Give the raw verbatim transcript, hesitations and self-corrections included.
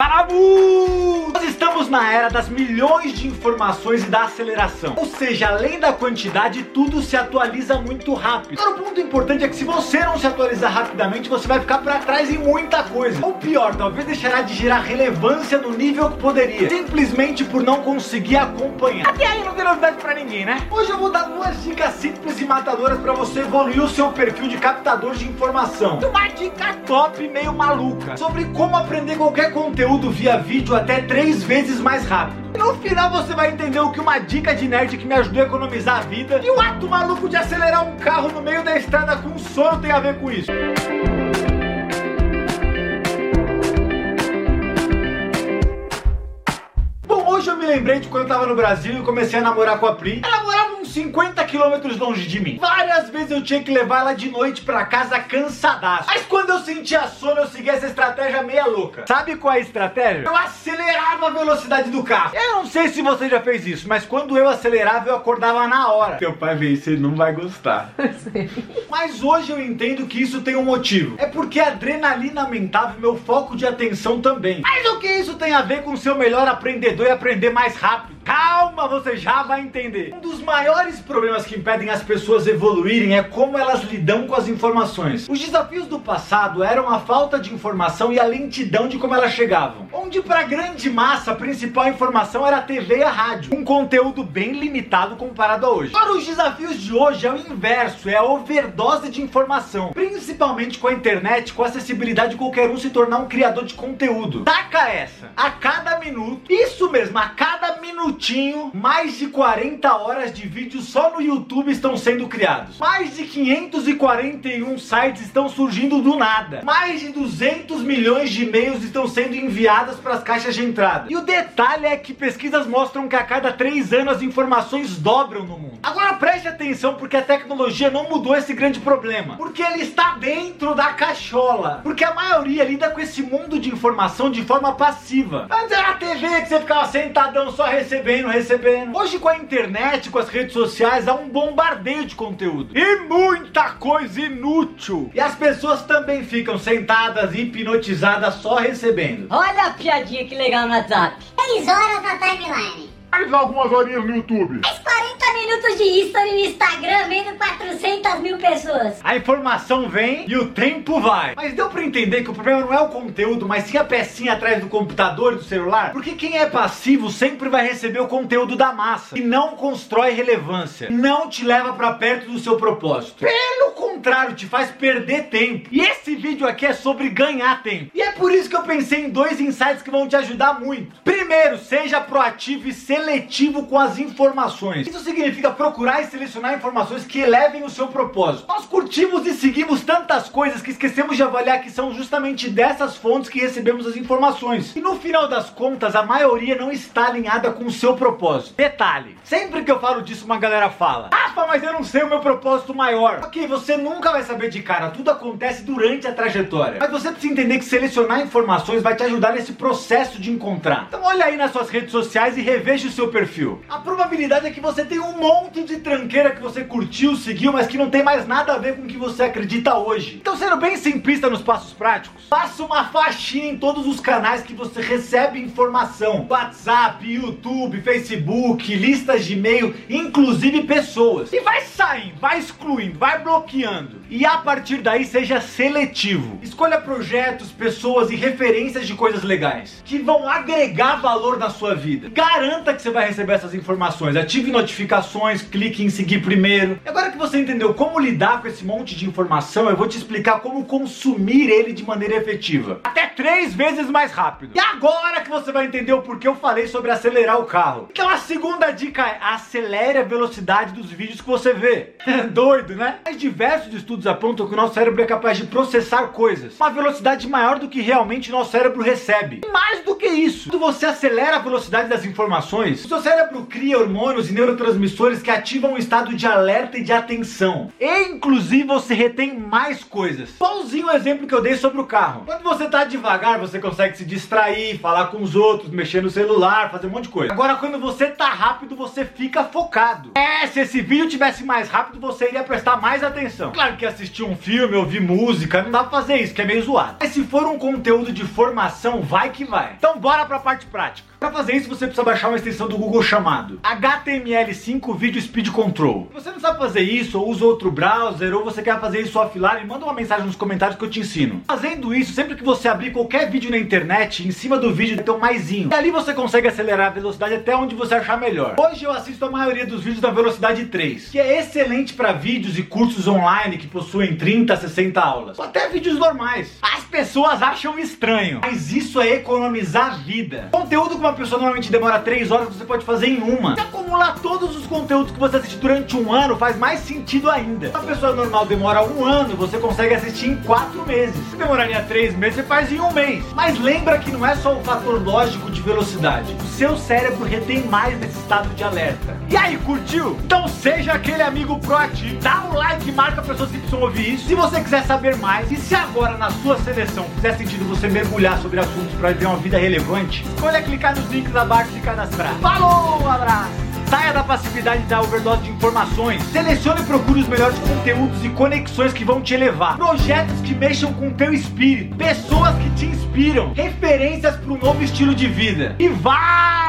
Vamos! Nós estamos na era das milhões de informações e da aceleração. Ou seja, além da quantidade, tudo se atualiza muito rápido. Agora, o ponto importante é que se você não se atualizar rapidamente, você vai ficar para trás em muita coisa. Ou pior, talvez deixará de gerar relevância no nível que poderia, simplesmente por não conseguir acompanhar. Até aí não tem novidade pra ninguém, né? Hoje eu vou dar duas dicas simples e matadoras pra você evoluir o seu perfil de captador de informação. Uma dica top meio maluca sobre como aprender qualquer conteúdo via vídeo até três vezes mais rápido. E no final você vai entender o que uma dica de nerd que me ajudou a economizar a vida e o ato maluco de acelerar um carro no meio da estrada com sono tem a ver com isso. Hoje eu me lembrei de quando eu tava no Brasil e comecei a namorar com a Pri. Ela morava uns cinquenta quilômetros longe de mim. Várias vezes eu tinha que levar ela de noite pra casa cansadaço. Mas quando eu sentia sono, eu seguia essa estratégia meia louca. Sabe qual é a estratégia? Eu acelerava a velocidade do carro. Eu não sei se você já fez isso, mas quando eu acelerava, eu acordava na hora. Seu pai vê isso, ele não vai gostar. Mas hoje eu entendo que isso tem um motivo. É porque a adrenalina aumentava meu foco de atenção também. Mas o que isso tem a ver com ser o melhor aprendedor e aprender mais rápido? Calma, você já vai entender. Um dos maiores problemas que impedem as pessoas evoluírem é como elas lidam com as informações. Os desafios do passado eram a falta de informação e a lentidão de como elas chegavam. Onde para a grande massa a principal informação era a T V e a rádio, um conteúdo bem limitado comparado a hoje. Para os desafios de hoje é o inverso, é a overdose de informação. Principalmente com a internet, com a acessibilidade de qualquer um se tornar um criador de conteúdo. Taca essa! A cada minuto, isso mesmo, a cada minutinho, mais de quarenta horas de vídeos só no YouTube estão sendo criados. Mais de quinhentos e quarenta e um sites estão surgindo do nada. Mais de duzentos milhões de e-mails estão sendo enviadas para as caixas de entrada. E o detalhe é que pesquisas mostram que a cada três anos as informações dobram no mundo. Agora preste atenção, porque a tecnologia não mudou esse grande problema. Porque ele está dentro da cachola. Porque a maioria lida com esse mundo de informação de forma passiva. Antes era a T V que você ficava sentadão só recebendo, recebendo. Hoje com a internet, com as redes sociais, há um bombardeio de conteúdo. E muita coisa inútil. E as pessoas também ficam sentadas, hipnotizadas, só recebendo. Olha a piadinha que legal no WhatsApp. três horas na timeline. Mais algumas horinhas no YouTube. Mais quarenta minutos de history no Instagram, vendo quatrocentas mil pessoas. A informação vem e o tempo vai. Mas deu pra entender que o problema não é o conteúdo, mas sim a pecinha atrás do computador e do celular? Porque quem é passivo sempre vai receber o conteúdo da massa e não constrói relevância, não te leva pra perto do seu propósito. Pelo contrário, te faz perder tempo. E esse vídeo aqui é sobre ganhar tempo. E é por isso que eu pensei em dois insights que vão te ajudar muito. Primeiro, seja proativo e seletivo com as informações. Isso significa procurar e selecionar informações que elevem o seu propósito. Nós curtimos e seguimos tantas coisas que esquecemos de avaliar que são justamente dessas fontes que recebemos as informações. E no final das contas, a maioria não está alinhada com o seu propósito. Detalhe, sempre que eu falo disso, uma galera fala: Rafa, mas eu não sei o meu propósito maior. Ok, você nunca vai saber de cara, tudo acontece durante a trajetória. Mas você precisa entender que selecionar informações vai te ajudar nesse processo de encontrar. Então olha aí nas suas redes sociais e reveja o seu perfil. A probabilidade é que você tenha um monte de tranqueira que você curtiu, seguiu, mas que não tem mais nada a ver com o que você acredita hoje. Então, sendo bem simplista nos passos práticos, faça uma faxina em todos os canais que você recebe informação: WhatsApp, YouTube, Facebook, listas de e-mail, inclusive pessoas. E vai saindo, vai excluindo, vai bloqueando. E a partir daí, seja seletivo. Escolha projetos, pessoas e referências de coisas legais que vão agregar valor na sua vida. Garanta que você vai receber essas informações. Ative notificações, clique em seguir primeiro. E agora que você entendeu como lidar com esse monte de informação, eu vou te explicar como consumir ele de maneira efetiva, até três vezes mais rápido. E agora que você vai entender o porquê eu falei sobre acelerar o carro. Então a segunda dica é: acelere a velocidade dos vídeos que você vê. Doido, né? Mas diversos estudos apontam que o nosso cérebro é capaz de processar coisas uma velocidade maior do que realmente o nosso cérebro recebe. E mais do que isso, quando você acelera a velocidade das informações, o seu cérebro cria hormônios e neurotransmissores que ativam um estado de alerta e de atenção. E inclusive você retém mais coisas. Igualzinho o exemplo que eu dei sobre o carro. Quando você tá devagar, você consegue se distrair, falar com os outros, mexer no celular, fazer um monte de coisa. Agora quando você tá rápido, você fica focado. É, se esse vídeo tivesse mais rápido, você iria prestar mais atenção. Claro que que assistir um filme, ouvir música, não dá pra fazer isso, que é meio zoado. Mas se for um conteúdo de formação, vai que vai. Então bora pra parte prática. Pra fazer isso, você precisa baixar uma extensão do Google chamado H T M L cinco Video Speed Control. Se você não sabe fazer isso, ou usa outro browser, ou você quer fazer isso offline, manda uma mensagem nos comentários que eu te ensino. Fazendo isso, sempre que você abrir qualquer vídeo na internet, em cima do vídeo tem um maisinho. E ali você consegue acelerar a velocidade até onde você achar melhor. Hoje eu assisto a maioria dos vídeos na velocidade três, que é excelente para vídeos e cursos online que possuem trinta, sessenta aulas. Ou até vídeos normais. As pessoas acham estranho, mas isso é economizar vida. Conteúdo que uma pessoa normalmente demora três horas, você pode fazer em uma. Se acumular todos os conteúdos que você assiste durante um ano, faz mais sentido ainda. Se uma pessoa normal demora um ano, você consegue assistir em quatro meses. Se demoraria três meses, você faz em um mês. Mas lembra que não é só o fator lógico de velocidade. O seu cérebro retém mais nesse estado de alerta. E aí, curtiu? Então seja aquele amigo proativo. Dá um like e marca pessoas que precisam ouvir isso. Se você quiser saber mais, e se agora na sua seleção fizer sentido você mergulhar sobre assuntos para viver uma vida relevante, escolha clicar nos links abaixo e cadastrar. Falou, um abraço! Saia da passividade da overdose de informações. Selecione e procure os melhores conteúdos e conexões que vão te elevar. Projetos que mexam com o teu espírito. Pessoas que te inspiram. Referências para um novo estilo de vida. E vai!